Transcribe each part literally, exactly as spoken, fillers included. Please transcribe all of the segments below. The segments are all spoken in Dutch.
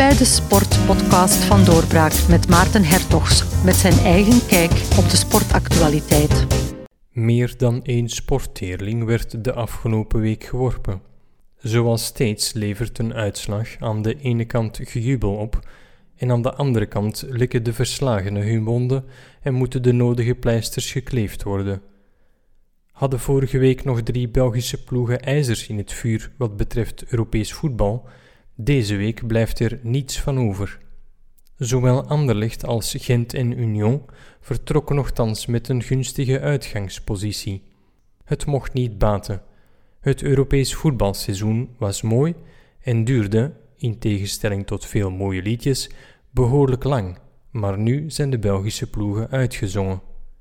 bij de sportpodcast van Doorbraak met Maarten Hertogs, met zijn eigen kijk op de sportactualiteit. Meer dan één sportteerling werd de afgelopen week geworpen. Zoals steeds levert een uitslag aan de ene kant gejubel op en aan de andere kant likken de verslagenen hun wonden en moeten de nodige pleisters gekleefd worden. Hadden vorige week nog drie Belgische ploegen ijzers in het vuur wat betreft Europees voetbal, deze week blijft er niets van over. Zowel Anderlecht als Gent en Union vertrokken nochtans met een gunstige uitgangspositie. Het mocht niet baten. Het Europees voetbalseizoen was mooi en duurde, in tegenstelling tot veel mooie liedjes, behoorlijk lang, maar nu zijn de Belgische ploegen uitgezongen.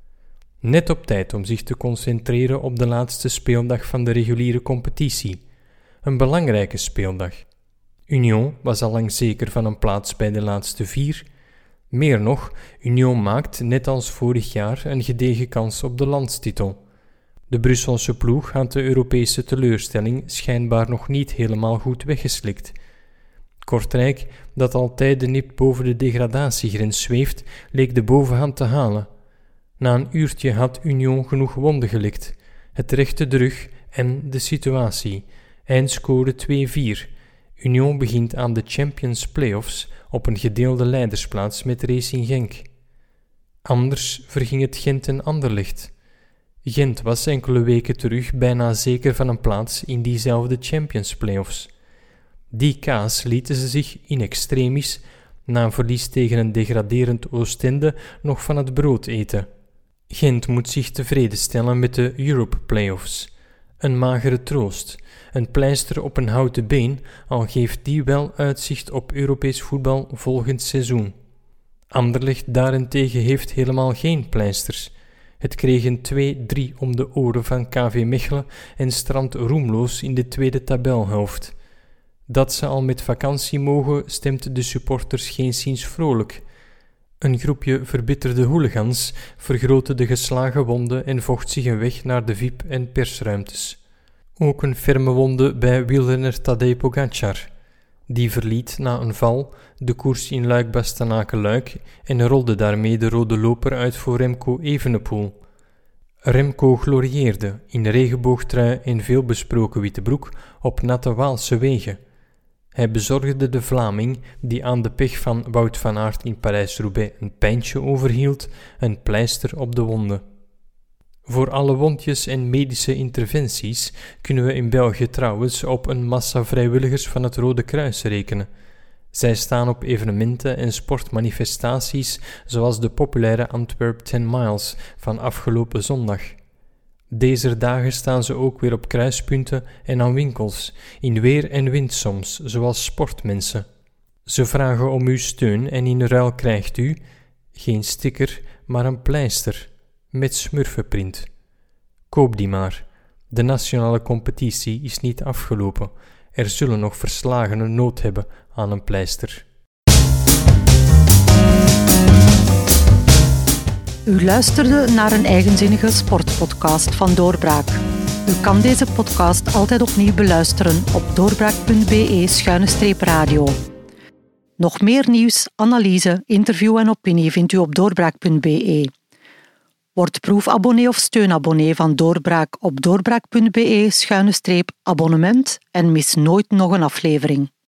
Net op tijd om zich te concentreren op de laatste speeldag van de reguliere competitie. Een belangrijke speeldag. Union was al lang zeker van een plaats bij de laatste vier. Meer nog, Union maakt, net als vorig jaar, een gedegen kans op de landstitel. De Brusselse ploeg had de Europese teleurstelling schijnbaar nog niet helemaal goed weggeslikt. Kortrijk, dat altijd de nip boven de degradatiegrens zweeft, leek de bovenhand te halen. Na een uurtje had Union genoeg wonden gelikt, het rechte de rug en de situatie. Eindscore twee vier. Union begint aan de Champions Playoffs op een gedeelde leidersplaats met Racing Genk. Anders verging het Gent en Anderlecht. Gent was enkele weken terug bijna zeker van een plaats in diezelfde Champions Playoffs. Die kaas lieten ze zich in extremis, na een verlies tegen een degraderend Oostende, nog van het brood eten. Gent moet zich tevreden stellen met de Europe Playoffs. Een magere troost, een pleister op een houten been, al geeft die wel uitzicht op Europees voetbal volgend seizoen. Anderlecht daarentegen heeft helemaal geen pleisters. Het kreeg een twee drie om de oren van K V Mechelen en strandt roemloos in de tweede tabelhelft. Dat ze al met vakantie mogen, stemt de supporters geenszins vrolijk. Een groepje verbitterde hooligans vergrootte de geslagen wonden en vocht zich een weg naar de V I P- en persruimtes. Ook een ferme wonde bij wielrenner Tadej Pogačar. Die verliet na een val de koers in Luik-Bastenaken-Luik en rolde daarmee de rode loper uit voor Remco Evenepoel. Remco glorieerde in regenboogtrui en veelbesproken witte broek op natte Waalse wegen. Hij bezorgde de Vlaming, die aan de pech van Wout van Aert in Parijs-Roubaix een pijntje overhield, een pleister op de wonden. Voor alle wondjes en medische interventies kunnen we in België trouwens op een massa vrijwilligers van het Rode Kruis rekenen. Zij staan op evenementen en sportmanifestaties zoals de populaire Antwerp ten Miles van afgelopen zondag. Deze dagen staan ze ook weer op kruispunten en aan winkels, in weer en wind soms, zoals sportmensen. Ze vragen om uw steun en in ruil krijgt u geen sticker, maar een pleister met smurfenprint. Koop die maar. De nationale competitie is niet afgelopen. Er zullen nog verslagenen nood hebben aan een pleister. U luisterde naar een eigenzinnige sportpodcast van Doorbraak. U kan deze podcast altijd opnieuw beluisteren op doorbraak.be schuine streep radio. Nog meer nieuws, analyse, interview en opinie vindt u op doorbraak.be. Word proefabonnee of steunabonnee van Doorbraak op doorbraak.be schuine streep abonnement en mis nooit nog een aflevering.